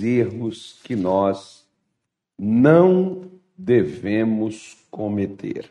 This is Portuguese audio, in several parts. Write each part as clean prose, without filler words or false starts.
erros que nós não devemos cometer.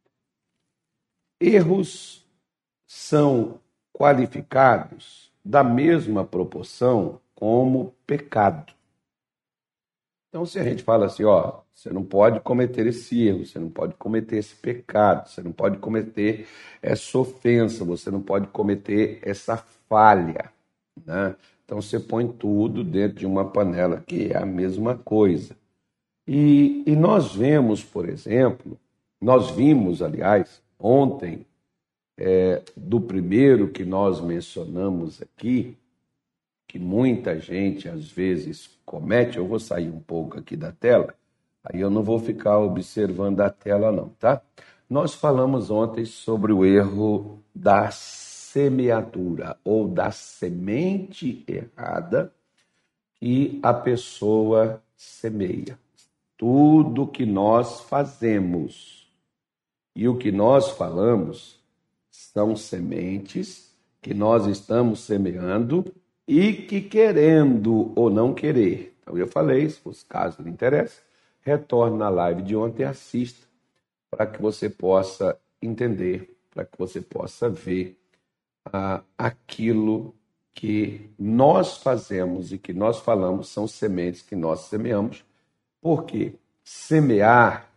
Erros são qualificados da mesma proporção como pecado. Então, se a gente fala assim, você não pode cometer esse erro, você não pode cometer esse pecado, você não pode cometer essa ofensa, você não pode cometer essa falha, né? Então, você põe tudo dentro de uma panela, que é a mesma coisa. E nós vemos, por exemplo, nós vimos, aliás, ontem, do primeiro que nós mencionamos aqui, que muita gente às vezes comete. Eu vou sair um pouco aqui da tela, aí eu não vou ficar observando a tela não, tá? Nós falamos ontem sobre o erro da semeadura, ou da semente errada que a pessoa semeia. Tudo que nós fazemos e o que nós falamos são sementes que nós estamos semeando e que, querendo ou não querer, então eu falei, se fosse caso lhe interessa, retorne na live de ontem e assista, para que você possa entender, para que você possa ver aquilo que nós fazemos e que nós falamos são sementes que nós semeamos. Porque semear,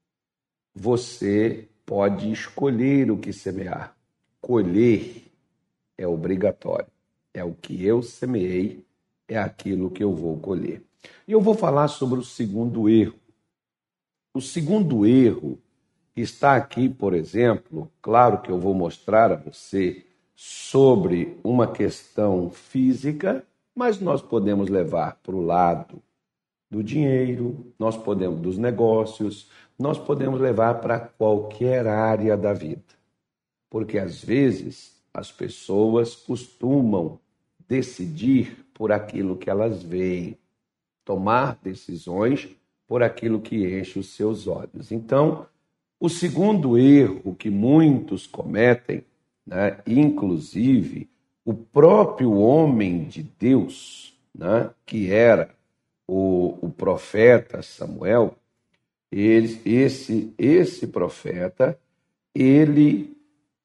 você pode escolher o que semear. Colher é obrigatório. É o que eu semeei, é aquilo que eu vou colher. E eu vou falar sobre o segundo erro. O segundo erro está aqui, por exemplo, claro que eu vou mostrar a você sobre uma questão física, mas nós podemos levar para o lado do dinheiro, nós podemos dos negócios, nós podemos levar para qualquer área da vida. Porque às vezes as pessoas costumam decidir por aquilo que elas veem, tomar decisões por aquilo que enche os seus olhos. Então, o segundo erro que muitos cometem, né, inclusive o próprio homem de Deus, né, que era o profeta Samuel, esse profeta, ele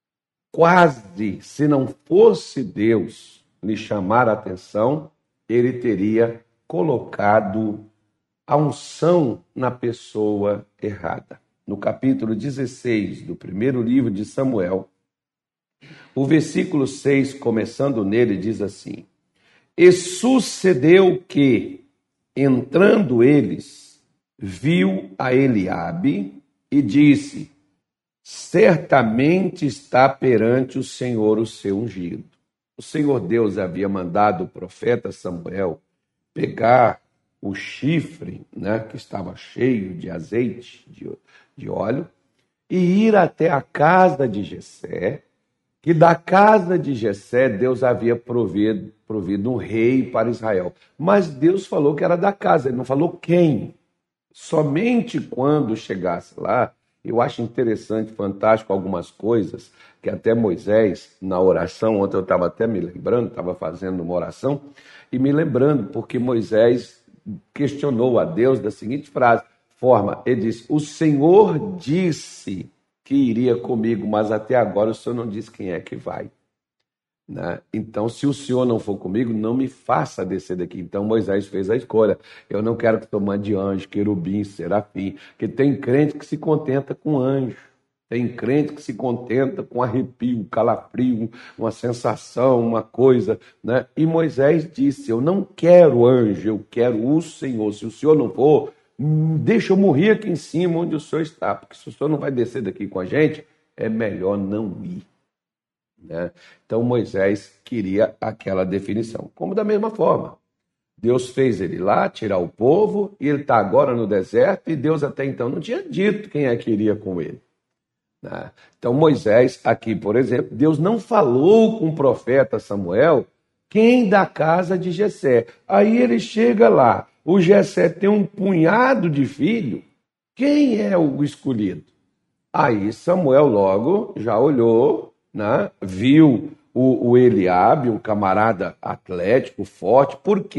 quase, se não fosse Deus lhe chamar a atenção, ele teria colocado a unção na pessoa errada. No capítulo 16 do primeiro livro de Samuel, o versículo 6, começando nele, diz assim: E sucedeu que, entrando eles, viu a Eliabe e disse: Certamente está perante o Senhor o seu ungido. O Senhor Deus havia mandado o profeta Samuel pegar o chifre, né, que estava cheio de azeite, de óleo, e ir até a casa de Jessé, que da casa de Jessé Deus havia provido um rei para Israel. Mas Deus falou que era da casa, ele não falou quem. Somente quando chegasse lá, eu acho interessante, fantástico, algumas coisas, que até Moisés, na oração, ontem eu estava até me lembrando, estava fazendo uma oração, e me lembrando, porque Moisés questionou a Deus da seguinte forma, ele disse: o Senhor disse que iria comigo, mas até agora o Senhor não disse quem é que vai. Né? Então, se o Senhor não for comigo, não me faça descer daqui. Então Moisés fez a escolha. Eu não quero que tu mande anjo, querubim, serafim, porque tem crente que se contenta com anjo, tem crente que se contenta com arrepio, calafrio, uma sensação, uma coisa, né? E Moisés disse: eu não quero anjo, eu quero o Senhor. Se o Senhor não for, deixa eu morrer aqui em cima onde o Senhor está, porque se o Senhor não vai descer daqui com a gente, é melhor não ir. Né? Então Moisés queria aquela definição. Como da mesma forma, Deus fez ele lá tirar o povo, e ele está agora no deserto, e Deus até então não tinha dito quem é que iria com ele. Né? Então Moisés, aqui por exemplo, Deus não falou com o profeta Samuel quem da casa de Jessé. Aí ele chega lá, o Jessé tem um punhado de filho, quem é o escolhido? Aí Samuel logo já olhou, né? Viu o Eliabe, um camarada atlético, forte. Por quê?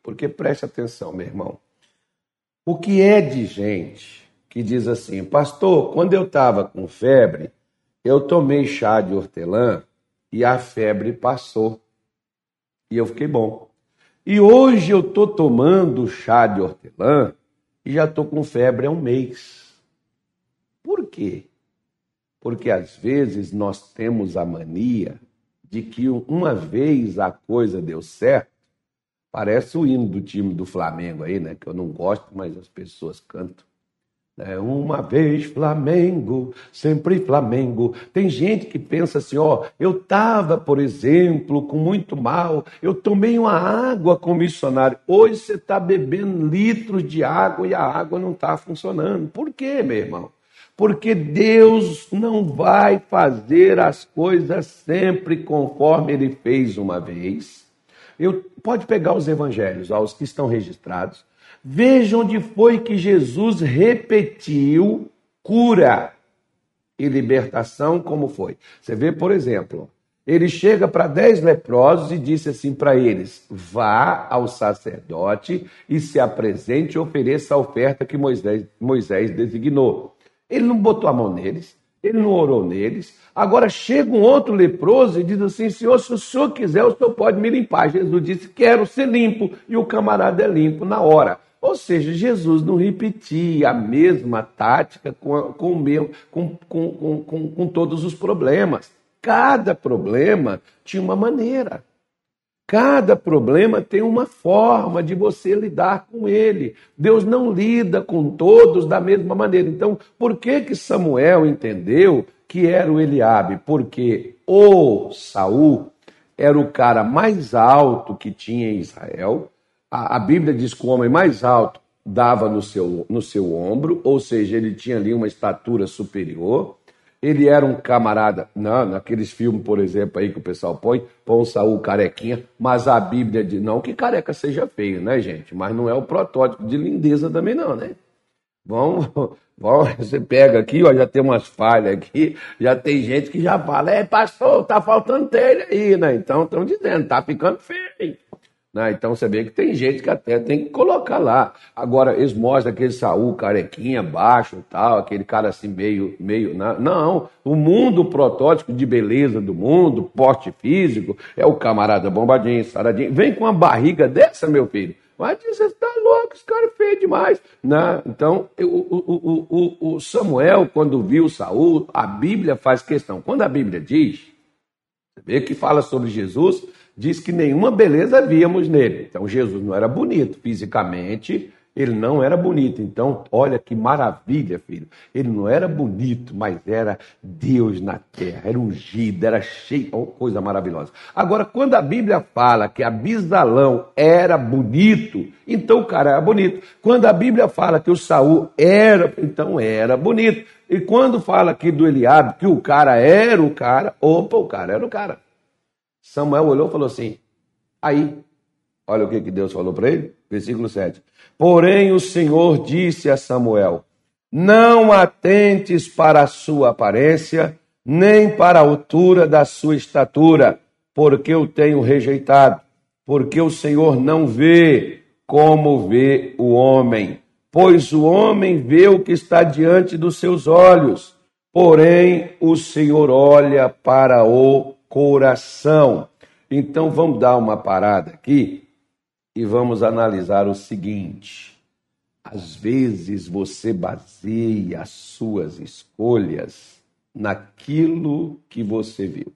Porque preste atenção, meu irmão. O que é de gente que diz assim, pastor, quando eu estava com febre, eu tomei chá de hortelã e a febre passou. E eu fiquei bom. E hoje eu estou tomando chá de hortelã e já estou com febre há um mês. Por quê? Porque às vezes nós temos a mania de que uma vez a coisa deu certo, parece o hino do time do Flamengo aí, né? Que eu não gosto, mas as pessoas cantam. Uma vez Flamengo, sempre Flamengo. Tem gente que pensa assim, ó, eu estava, por exemplo, com muito mal, eu tomei uma água com o missionário. Hoje você está bebendo litros de água e a água não está funcionando. Por quê, meu irmão? Porque Deus não vai fazer as coisas sempre conforme Ele fez uma vez. Pode pegar os evangelhos, os que estão registrados. Veja onde foi que Jesus repetiu cura e libertação, como foi. Você vê, por exemplo, ele chega para 10 leprosos e disse assim para eles, vá ao sacerdote e se apresente e ofereça a oferta que Moisés designou. Ele não botou a mão neles, ele não orou neles. Agora chega um outro leproso e diz assim, Senhor, se o Senhor quiser, o Senhor pode me limpar. Jesus disse, quero ser limpo, e o camarada é limpo na hora. Ou seja, Jesus não repetia a mesma tática com todos os problemas. Cada problema tinha uma maneira. Cada problema tem uma forma de você lidar com ele. Deus não lida com todos da mesma maneira. Então, por que Samuel entendeu que era o Eliabe? Porque o Saul era o cara mais alto que tinha em Israel. A Bíblia diz que o homem mais alto dava no seu ombro, ou seja, ele tinha ali uma estatura superior. Ele era um camarada, naqueles filmes, por exemplo, aí que o pessoal põe um Saul carequinha, mas a Bíblia diz, não que careca seja feio, né, gente? Mas não é o protótipo de lindeza também não, né? Vamos, você pega aqui, ó, já tem umas falhas aqui, já tem gente que já fala, pastor, tá faltando telha aí, né? Então, estão dizendo, tá ficando feio. Então você vê que tem gente que até tem que colocar lá. Agora, eles mostram aquele Saul carequinha, baixo e tal, aquele cara assim meio. Não, o mundo protótipo de beleza do mundo, porte físico, é o camarada bombadinho, saradinho. Vem com uma barriga dessa, meu filho. Mas você está louco, esse cara é feio demais. Então, o Samuel, quando viu Saul, a Bíblia faz questão. Quando a Bíblia diz, você vê que fala sobre Jesus, diz que nenhuma beleza víamos nele. Então, Jesus não era bonito fisicamente, ele não era bonito. Então, olha que maravilha, filho. Ele não era bonito, mas era Deus na terra, era ungido, era cheio, coisa maravilhosa. Agora, quando a Bíblia fala que Abisalão era bonito, então o cara era bonito. Quando a Bíblia fala que o Saul era, então era bonito. E quando fala aqui do Eliabe, que o cara era o cara, o cara era o cara. Samuel olhou e falou assim, aí, olha o que Deus falou para ele, versículo 7. Porém o Senhor disse a Samuel, não atentes para a sua aparência, nem para a altura da sua estatura, porque eu tenho rejeitado, porque o Senhor não vê como vê o homem, pois o homem vê o que está diante dos seus olhos, porém o Senhor olha para o coração. Então vamos dar uma parada aqui e vamos analisar o seguinte. Às vezes você baseia as suas escolhas naquilo que você viu.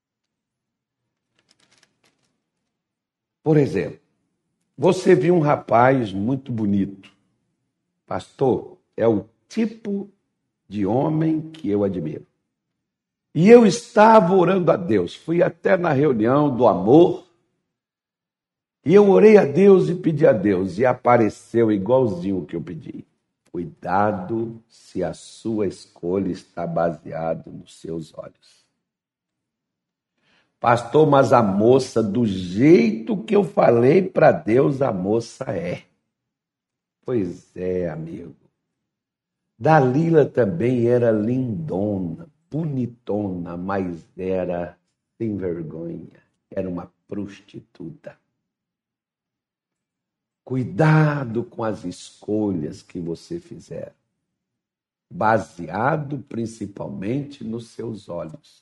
Por exemplo, você viu um rapaz muito bonito. Pastor, é o tipo de homem que eu admiro. E eu estava orando a Deus, fui até na reunião do amor, e eu orei a Deus e pedi a Deus, e apareceu igualzinho o que eu pedi. Cuidado se a sua escolha está baseada nos seus olhos. Pastor, mas a moça, do jeito que eu falei para Deus, a moça é. Pois é, amigo. Dalila também era lindona, bonitona, mas era sem vergonha, era uma prostituta. Cuidado com as escolhas que você fizer, baseado principalmente nos seus olhos.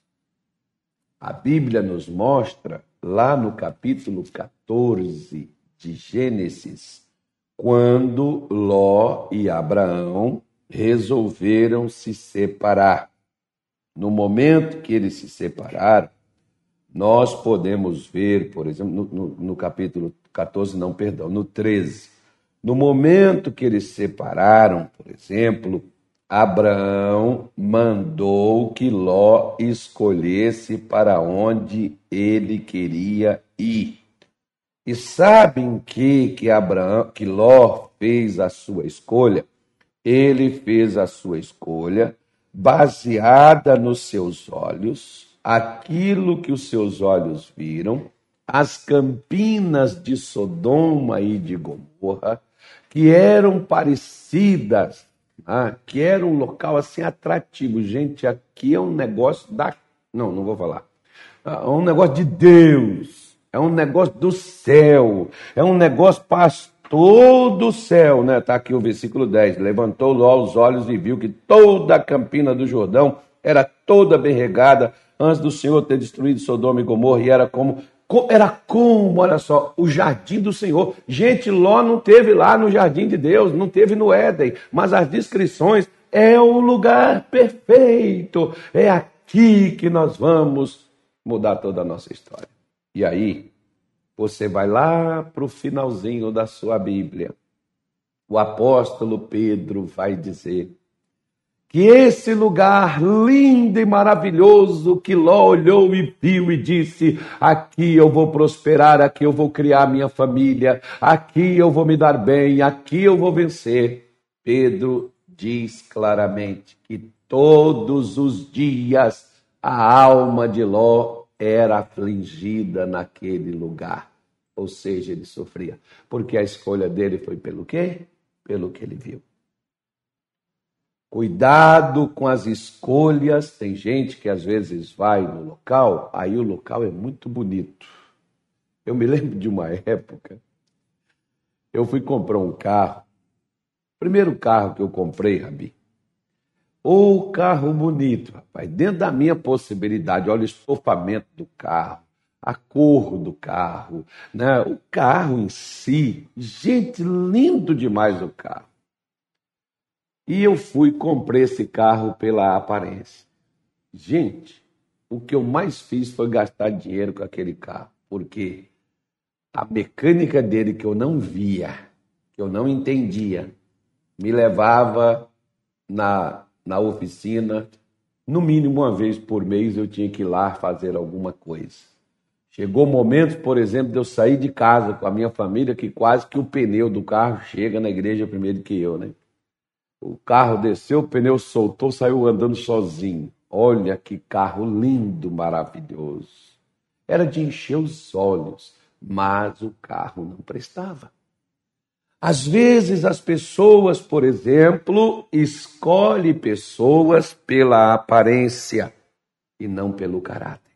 A Bíblia nos mostra, lá no capítulo 14 de Gênesis, quando Ló e Abraão resolveram se separar. No momento que eles se separaram, nós podemos ver, por exemplo, no capítulo 14, não, perdão, no 13. No momento que eles se separaram, por exemplo, Abraão mandou que Ló escolhesse para onde ele queria ir. E sabem que Ló fez a sua escolha? Ele fez a sua escolha baseada nos seus olhos, aquilo que os seus olhos viram, as campinas de Sodoma e de Gomorra, que eram parecidas, que era um local assim atrativo. Gente, aqui é um negócio da... Não vou falar. É um negócio de Deus, é um negócio do céu, é um negócio pastor do céu, né? Está aqui o versículo 10. Levantou Ló os olhos e viu que toda a campina do Jordão era toda bem regada antes do Senhor ter destruído Sodoma e Gomorra, e era como, olha só, o jardim do Senhor. Gente, Ló não teve lá no jardim de Deus, não teve no Éden, mas as descrições é o lugar perfeito, é aqui que nós vamos mudar toda a nossa história. E aí, você vai lá para o finalzinho da sua Bíblia. O apóstolo Pedro vai dizer que esse lugar lindo e maravilhoso que Ló olhou e viu e disse: aqui eu vou prosperar, aqui eu vou criar minha família, aqui eu vou me dar bem, aqui eu vou vencer. Pedro diz claramente que todos os dias a alma de Ló era afligida naquele lugar. Ou seja, ele sofria. Porque a escolha dele foi pelo quê? Pelo que ele viu. Cuidado com as escolhas. Tem gente que às vezes vai no local, aí o local é muito bonito. Eu me lembro de uma época, eu fui comprar um carro. Primeiro carro que eu comprei, Rabi. Carro bonito, rapaz. Dentro da minha possibilidade, olha o estofamento do carro, a cor do carro, né? O carro em si. Gente, lindo demais o carro. E eu comprei esse carro pela aparência. Gente, o que eu mais fiz foi gastar dinheiro com aquele carro, porque a mecânica dele que eu não via, que eu não entendia, me levava na oficina, no mínimo uma vez por mês eu tinha que ir lá fazer alguma coisa. Chegou momentos, por exemplo, de eu sair de casa com a minha família, que quase que o pneu do carro chega na igreja primeiro que eu, né? O carro desceu, o pneu soltou, saiu andando sozinho. Olha que carro lindo, maravilhoso. Era de encher os olhos, mas o carro não prestava. Às vezes as pessoas, por exemplo, escolhem pessoas pela aparência e não pelo caráter.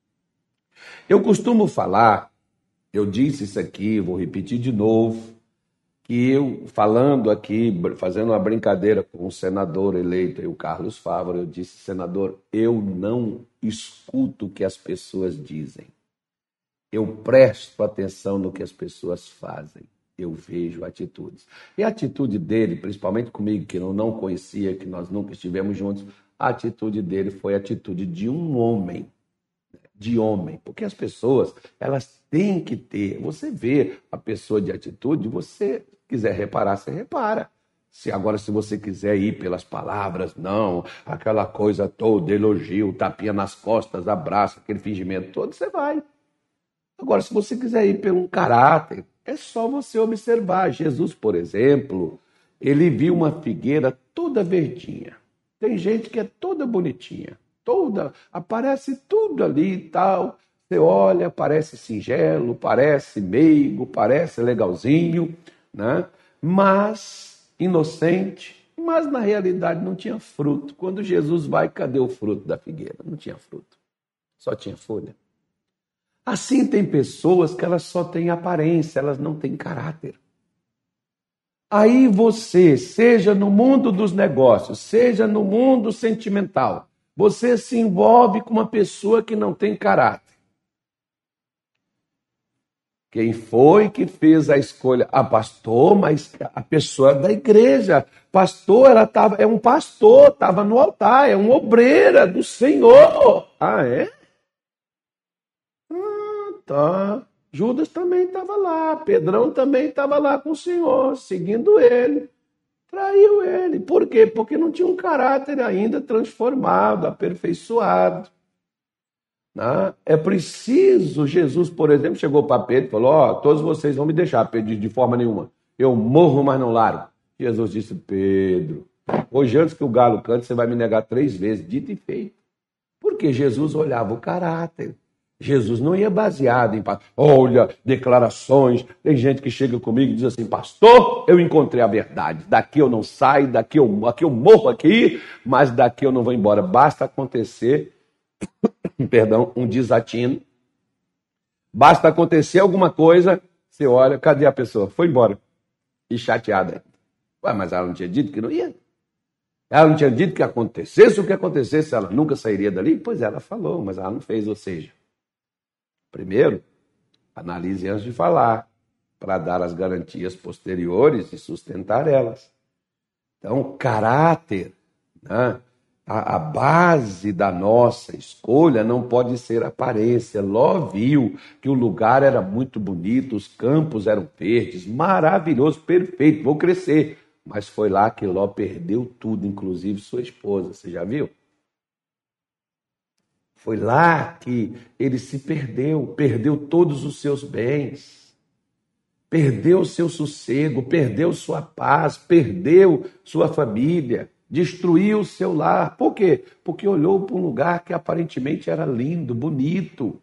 Eu costumo falar, eu disse isso aqui, vou repetir de novo, que eu, falando aqui, fazendo uma brincadeira com o senador eleito, o Carlos Fávaro, eu disse: senador, eu não escuto o que as pessoas dizem. Eu presto atenção no que as pessoas fazem. Eu vejo atitudes. E a atitude dele, principalmente comigo, que eu não conhecia, que nós nunca estivemos juntos, a atitude dele foi a atitude de um homem. De homem. Porque as pessoas, elas têm que ter. Você vê a pessoa de atitude, você quiser reparar, você repara. Se você quiser ir pelas palavras, não, aquela coisa toda, elogio, tapinha nas costas, abraço, aquele fingimento todo, você vai. Agora, se você quiser ir pelo caráter, é só você observar. Jesus, por exemplo, ele viu uma figueira toda verdinha. Tem gente que é toda bonitinha, aparece tudo ali e tal. Você olha, parece singelo, parece meigo, parece legalzinho, né? Mas inocente, mas na realidade não tinha fruto. Quando Jesus vai, cadê o fruto da figueira? Não tinha fruto, só tinha folha. Assim tem pessoas que elas só têm aparência, elas não têm caráter. Aí você, seja no mundo dos negócios, seja no mundo sentimental, você se envolve com uma pessoa que não tem caráter. Quem foi que fez a escolha? Ah, pastor, mas a pessoa é da igreja. Pastor, é um pastor, estava no altar, é uma obreira do Senhor. Ah, é? Ah, tá. Judas também estava lá, Pedrão também estava lá com o Senhor, seguindo ele. Traiu ele. Por quê? Porque não tinha um caráter ainda transformado, aperfeiçoado. Né? É preciso, Jesus, por exemplo, chegou para Pedro e falou: ó, todos vocês vão me deixar, Pedro, de forma nenhuma. Eu morro, mas não largo. Jesus disse: Pedro, hoje antes que o galo cante, você vai me negar 3 vezes, dito e feito. Porque Jesus olhava o caráter. Jesus não ia baseado em, olha, declarações. Tem gente que chega comigo e diz assim: pastor, eu encontrei a verdade. Daqui eu não saio, aqui eu morro aqui, mas daqui eu não vou embora. Basta acontecer, perdão, um desatino. Basta acontecer alguma coisa, você olha, cadê a pessoa? Foi embora. E chateada. Ué, mas ela não tinha dito que não ia? Ela não tinha dito que acontecesse o que acontecesse, ela nunca sairia dali? Pois ela falou, mas ela não fez. Ou seja, primeiro, analise antes de falar, para dar as garantias posteriores e sustentar elas. Então, caráter, né? A base da nossa escolha não pode ser aparência. Ló viu que o lugar era muito bonito, os campos eram verdes, maravilhoso, perfeito, vou crescer. Mas foi lá que Ló perdeu tudo, inclusive sua esposa. Você já viu? Foi lá que ele se perdeu todos os seus bens, perdeu seu sossego, perdeu sua paz, perdeu sua família, destruiu o seu lar. Por quê? Porque olhou para um lugar que aparentemente era lindo, bonito.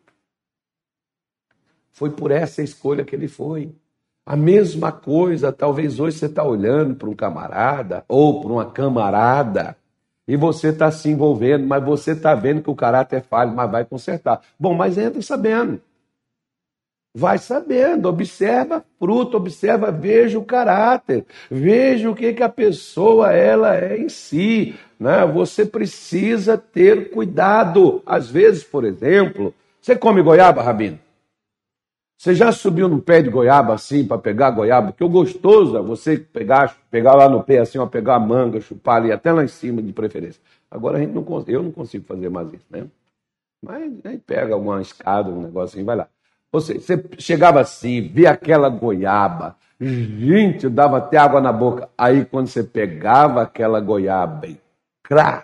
Foi por essa escolha que ele foi. A mesma coisa, talvez hoje você está olhando para um camarada ou para uma camarada e você está se envolvendo, mas você está vendo que o caráter é falho, mas vai consertar. Bom, mas entra sabendo. Vai sabendo, observa fruto, observa, veja o caráter, veja o que a pessoa ela é em si. Né? Você precisa ter cuidado. Às vezes, por exemplo, você come goiaba, Rabino? Você já subiu no pé de goiaba assim para pegar goiaba? Que o gostoso é você pegar lá no pé assim, ó, pegar a manga, chupar ali até lá em cima de preferência. Agora eu não consigo fazer mais isso, né? Mas a gente pega alguma escada, um negocinho, vai lá. Ou seja, você chegava assim, via aquela goiaba, gente, dava até água na boca. Aí quando você pegava aquela goiaba e crá,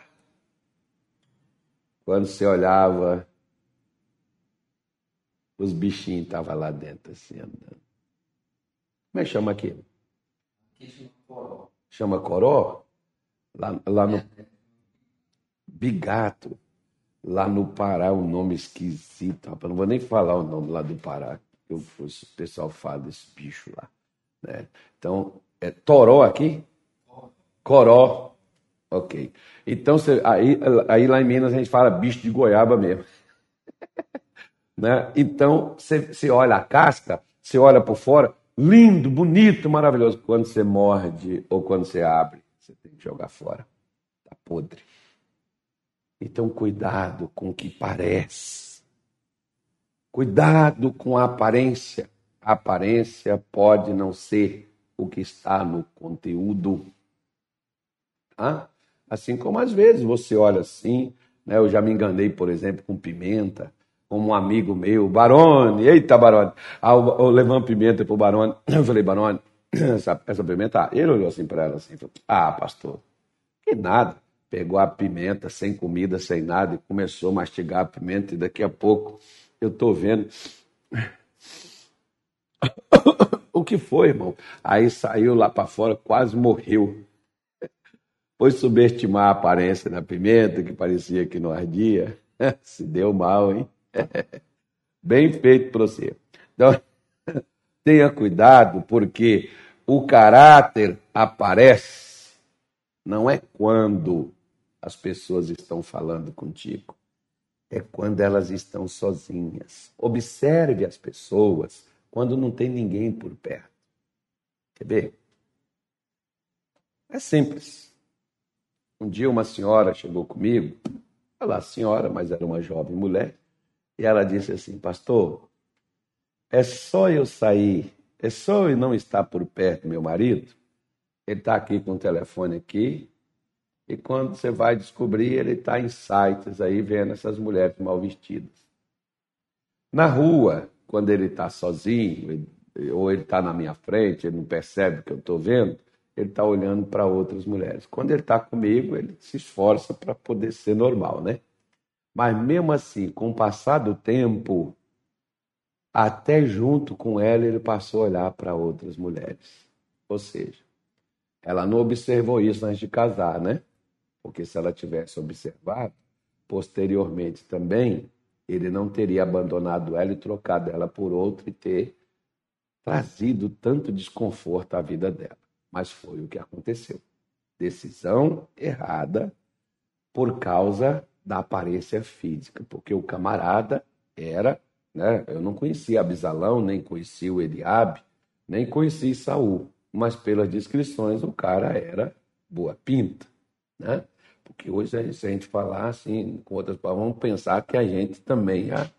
quando você olhava, os bichinhos estavam lá dentro, assim, andando. Como é que chama aquilo? Aqui chama coró. Chama coró? Lá no bigato. Lá no Pará, um nome esquisito, rapaz. Não vou nem falar o nome lá do Pará. O pessoal fala desse bicho lá. Né? Então, é toró aqui? Coró. Ok. Então, aí lá em Minas a gente fala bicho de goiaba mesmo. Né? Então, você olha a casca, você olha por fora, lindo, bonito, maravilhoso. Quando você morde ou quando você abre, você tem que jogar fora. Tá podre. Então, cuidado com o que parece. Cuidado com a aparência. A aparência pode não ser o que está no conteúdo. Ah? Assim como às vezes você olha assim, né? Eu já me enganei, por exemplo, com pimenta, como um amigo meu, Barone, eita Barone, eu levei uma pimenta para o Barone, eu falei, Barone, essa pimenta, ele olhou assim para ela assim, falou, pastor, que nada. Pegou a pimenta, sem comida, sem nada, e começou a mastigar a pimenta, e daqui a pouco eu estou vendo. O que foi, irmão? Aí saiu lá para fora, quase morreu. Foi subestimar a aparência da pimenta, que parecia que não ardia. Se deu mal, hein? Bem feito para você. Então, tenha cuidado, porque o caráter aparece, não é quando as pessoas estão falando contigo, é quando elas estão sozinhas. Observe as pessoas quando não tem ninguém por perto. Quer ver? É simples. Um dia uma senhora chegou comigo, ela senhora, mas era uma jovem mulher, e ela disse assim: pastor, é só eu sair, é só eu não estar por perto do meu marido, ele está aqui com o telefone aqui, e quando você vai descobrir, ele está em sites aí vendo essas mulheres mal vestidas. Na rua, quando ele está sozinho, ou ele está na minha frente, ele não percebe o que eu estou vendo, ele está olhando para outras mulheres. Quando ele está comigo, ele se esforça para poder ser normal, né? Mas mesmo assim, com o passar do tempo, até junto com ela, ele passou a olhar para outras mulheres. Ou seja, ela não observou isso antes de casar, né? Porque se ela tivesse observado, posteriormente também, ele não teria abandonado ela e trocado ela por outra e ter trazido tanto desconforto à vida dela. Mas foi o que aconteceu. Decisão errada por causa da aparência física, porque o camarada era, né? Eu não conhecia Abisalão, nem conhecia o Eliabe, nem conhecia Saul, mas pelas descrições o cara era boa pinta, né? Porque hoje, se a gente falar assim, com outras palavras, vamos pensar que a gente também é,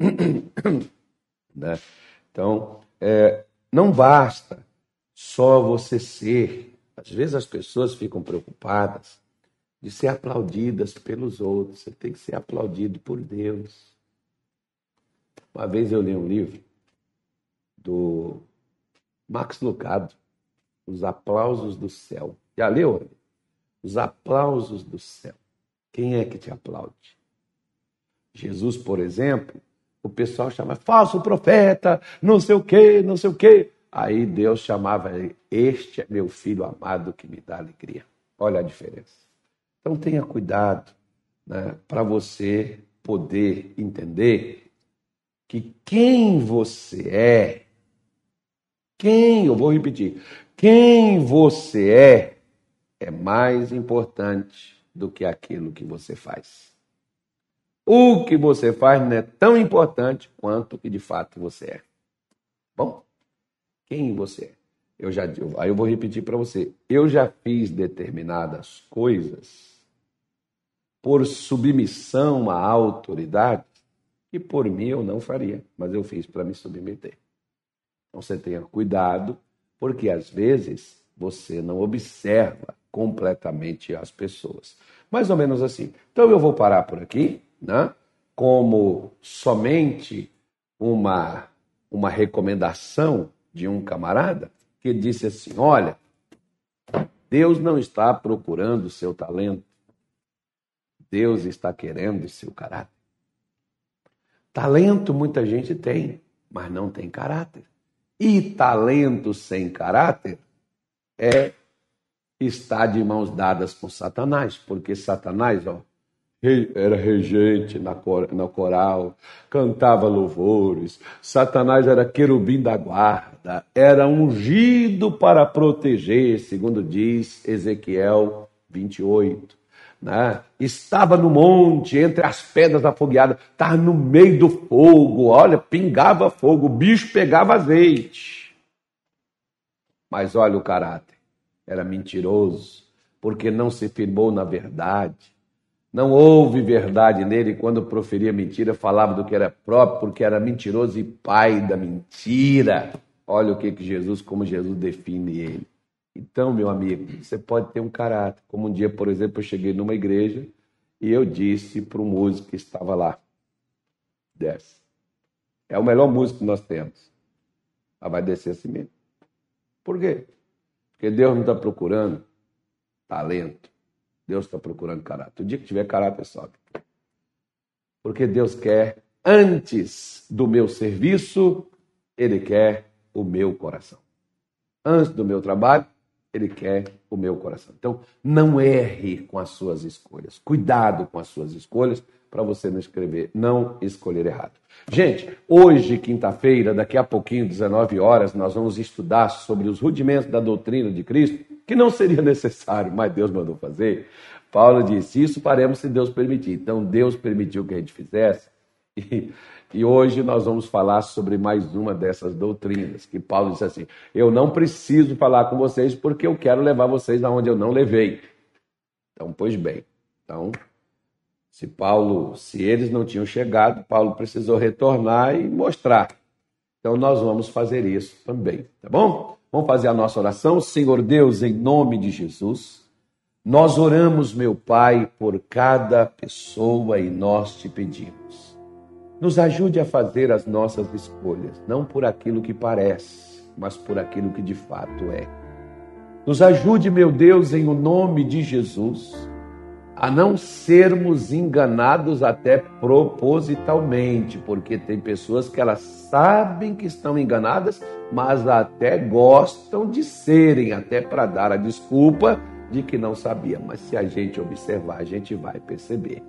né? Então, não basta só você ser. Às vezes as pessoas ficam preocupadas de ser aplaudidas pelos outros. Você tem que ser aplaudido por Deus. Uma vez eu li um livro do Max Lucado, Os Aplausos do Céu. Já leu? Os Aplausos do Céu. Quem é que te aplaude? Jesus, por exemplo, o pessoal chama falso profeta, não sei o quê, não sei o quê. Aí Deus chamava ele, este é meu filho amado que me dá alegria. Olha a diferença. Então tenha cuidado, né, para você poder entender que quem você eu vou repetir, quem você é mais importante do que aquilo que você faz. O que você faz não é tão importante quanto o que de fato você é. Bom, quem você é? Aí eu vou repetir para você. Eu já fiz determinadas coisas por submissão à autoridade que por mim eu não faria, mas eu fiz para me submeter. Então você tenha cuidado, porque às vezes você não observa completamente as pessoas. Mais ou menos assim. Então eu vou parar por aqui, né? Como somente uma recomendação de um camarada que disse assim: olha, Deus não está procurando o seu talento, Deus está querendo o seu caráter. Talento muita gente tem, mas não tem caráter. E talento sem caráter está de mãos dadas com Satanás, porque Satanás, era regente na coral, cantava louvores, Satanás era querubim da guarda, era ungido para proteger, segundo diz Ezequiel 28. Né? Estava no monte, entre as pedras afogueadas, estava no meio do fogo, olha, pingava fogo, o bicho pegava azeite. Mas olha o caráter, era mentiroso, porque não se firmou na verdade. Não houve verdade nele, quando proferia mentira, falava do que era próprio, porque era mentiroso e pai da mentira. Olha o que Jesus, como Jesus define ele. Então, meu amigo, você pode ter um caráter. Como um dia, por exemplo, eu cheguei numa igreja e eu disse para o músico que estava lá: desce. É o melhor músico que nós temos. Ela vai descer assim mesmo. Por quê? Porque Deus não está procurando talento. Deus está procurando caráter. O dia que tiver caráter, sobe. Porque Deus quer, antes do meu serviço, Ele quer o meu coração. Antes do meu trabalho, Ele quer o meu coração. Então, não erre com as suas escolhas. Cuidado com as suas escolhas para você não escolher errado. Gente, hoje, quinta-feira, daqui a pouquinho, 19 horas, nós vamos estudar sobre os rudimentos da doutrina de Cristo, que não seria necessário, mas Deus mandou fazer. Paulo disse: isso faremos se Deus permitir. Então, Deus permitiu que a gente fizesse. E hoje nós vamos falar sobre mais uma dessas doutrinas, que Paulo disse assim: eu não preciso falar com vocês porque eu quero levar vocês aonde eu não levei. Então, pois bem, se eles não tinham chegado, Paulo precisou retornar e mostrar. Então nós vamos fazer isso também, tá bom? Vamos fazer a nossa oração. Senhor Deus, em nome de Jesus, nós oramos, meu Pai, por cada pessoa e nós te pedimos. Nos ajude a fazer as nossas escolhas, não por aquilo que parece, mas por aquilo que de fato é. Nos ajude, meu Deus, em o nome de Jesus, a não sermos enganados até propositalmente, porque tem pessoas que elas sabem que estão enganadas, mas até gostam de serem, até para dar a desculpa de que não sabia. Mas se a gente observar, a gente vai perceber.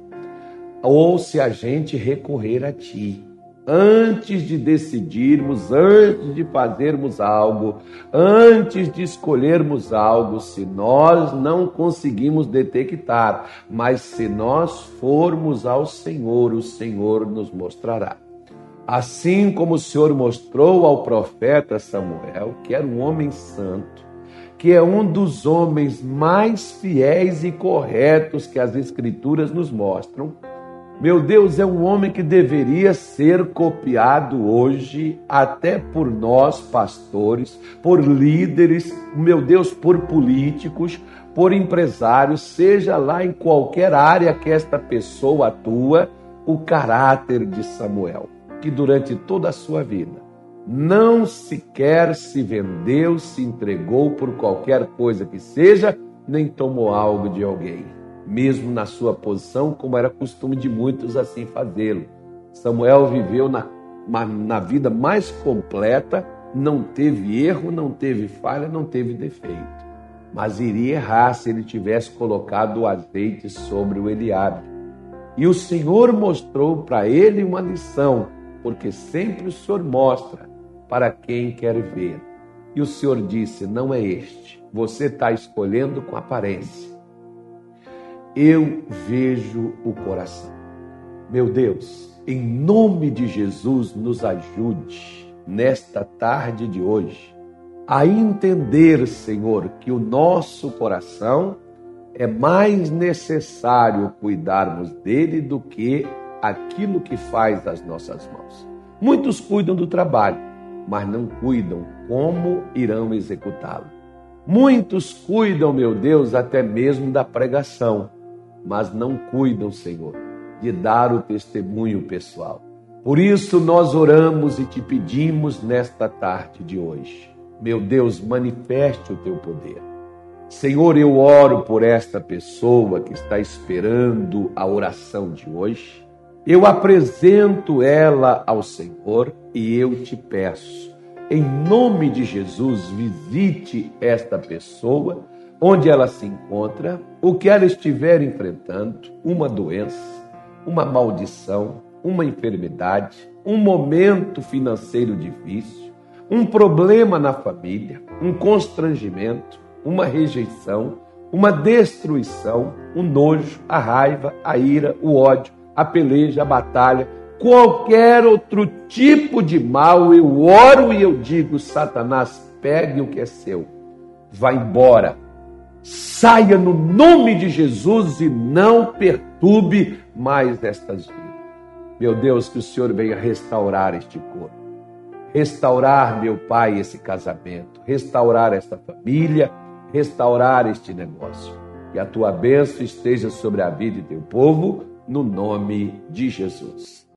Ou se a gente recorrer a Ti, antes de decidirmos, antes de fazermos algo, antes de escolhermos algo, se nós não conseguimos detectar, mas se nós formos ao Senhor, o Senhor nos mostrará. Assim como o Senhor mostrou ao profeta Samuel, que era um homem santo, que é um dos homens mais fiéis e corretos que as Escrituras nos mostram. Meu Deus, é um homem que deveria ser copiado hoje, até por nós pastores, por líderes, meu Deus, por políticos, por empresários, seja lá em qualquer área que esta pessoa atua, o caráter de Samuel, que durante toda a sua vida não sequer se vendeu, se entregou por qualquer coisa que seja, nem tomou algo de alguém, mesmo na sua posição, como era costume de muitos assim fazê-lo. Samuel viveu na vida mais completa, não teve erro, não teve falha, não teve defeito. Mas iria errar se ele tivesse colocado o azeite sobre o Eliabe. E o Senhor mostrou para ele uma lição, porque sempre o Senhor mostra para quem quer ver. E o Senhor disse: não é este, você está escolhendo com aparência. Eu vejo o coração. Meu Deus, em nome de Jesus, nos ajude nesta tarde de hoje a entender, Senhor, que o nosso coração é mais necessário cuidarmos dele do que aquilo que faz das nossas mãos. Muitos cuidam do trabalho, mas não cuidam como irão executá-lo. Muitos cuidam, meu Deus, até mesmo da pregação, mas não cuidam, Senhor, de dar o testemunho pessoal. Por isso nós oramos e te pedimos nesta tarde de hoje. Meu Deus, manifeste o teu poder. Senhor, eu oro por esta pessoa que está esperando a oração de hoje. Eu apresento ela ao Senhor e eu te peço, em nome de Jesus, visite esta pessoa onde ela se encontra, o que ela estiver enfrentando, uma doença, uma maldição, uma enfermidade, um momento financeiro difícil, um problema na família, um constrangimento, uma rejeição, uma destruição, o nojo, a raiva, a ira, o ódio, a peleja, a batalha, qualquer outro tipo de mal, eu oro e eu digo: Satanás, pegue o que é seu, vá embora, saia no nome de Jesus e não perturbe mais estas vidas. Meu Deus, que o Senhor venha restaurar este corpo, restaurar, meu Pai, esse casamento, restaurar esta família, restaurar este negócio. Que a tua bênção esteja sobre a vida de teu povo, no nome de Jesus.